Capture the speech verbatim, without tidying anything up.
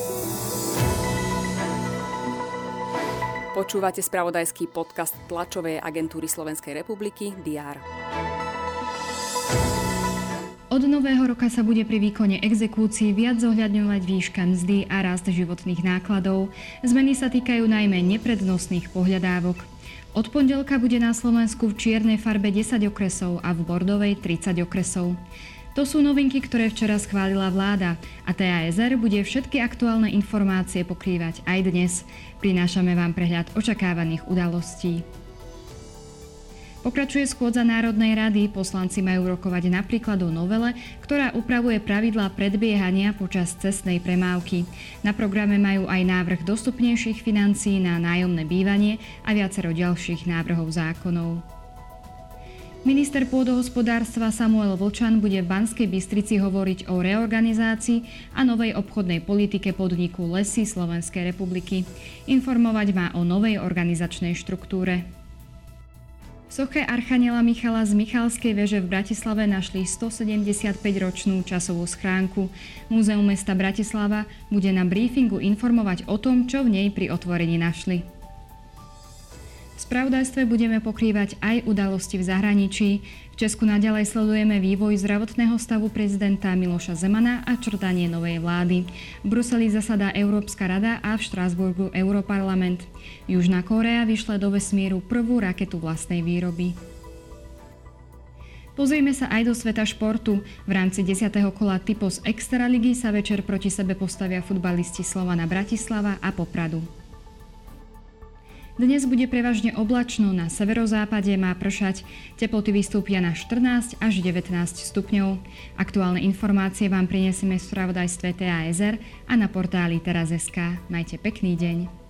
Počúvate spravodajský podcast tlačovej agentúry Slovenskej republiky dé er. Od nového roka sa bude pri výkone exekúcií viac zohľadňovať výška mzdy a rast životných nákladov. Zmeny sa týkajú najmä neprednostných pohľadávok. Od pondelka bude na Slovensku v čiernej farbe desať okresov a v bordovej tridsať okresov. To sú novinky, ktoré včera schválila vláda a té a es er bude všetky aktuálne informácie pokrývať aj dnes. Prinášame vám prehľad očakávaných udalostí. Pokračuje schôdza Národnej rady, poslanci majú rokovať napríklad o novele, ktorá upravuje pravidlá predbiehania počas cestnej premávky. Na programe majú aj návrh dostupnejších financií na nájomné bývanie a viacero ďalších návrhov zákonov. Minister pôdohospodárstva Samuel Vlčan bude v Banskej Bystrici hovoriť o reorganizácii a novej obchodnej politike podniku Lesy Slovenskej republiky. Informovať má o novej organizačnej štruktúre. V soche archaniela Michala z Michalskej veže v Bratislave našli stosedemdesiatpäťročnú časovú schránku. Múzeum mesta Bratislava bude na briefingu informovať o tom, čo v nej pri otvorení našli. V spravodajstve budeme pokrývať aj udalosti v zahraničí. V Česku naďalej sledujeme vývoj zdravotného stavu prezidenta Miloša Zemana a črtanie novej vlády. V Bruseli zasadá Európska rada a v Štrasburgu Europarlament. Južná Kórea vyšle do vesmíru prvú raketu vlastnej výroby. Pozrieme sa aj do sveta športu. V rámci desiateho kola Typos Extraligy sa večer proti sebe postavia futbalisti Slovana Bratislava a Popradu. Dnes bude prevažne oblačno, na severozápade má pršať. Teploty vystúpia na štrnásť až devätnásť stupňov. Aktuálne informácie vám prinesieme v spravodajstve té a es er a na portáli teraz bodka es ká. Majte pekný deň.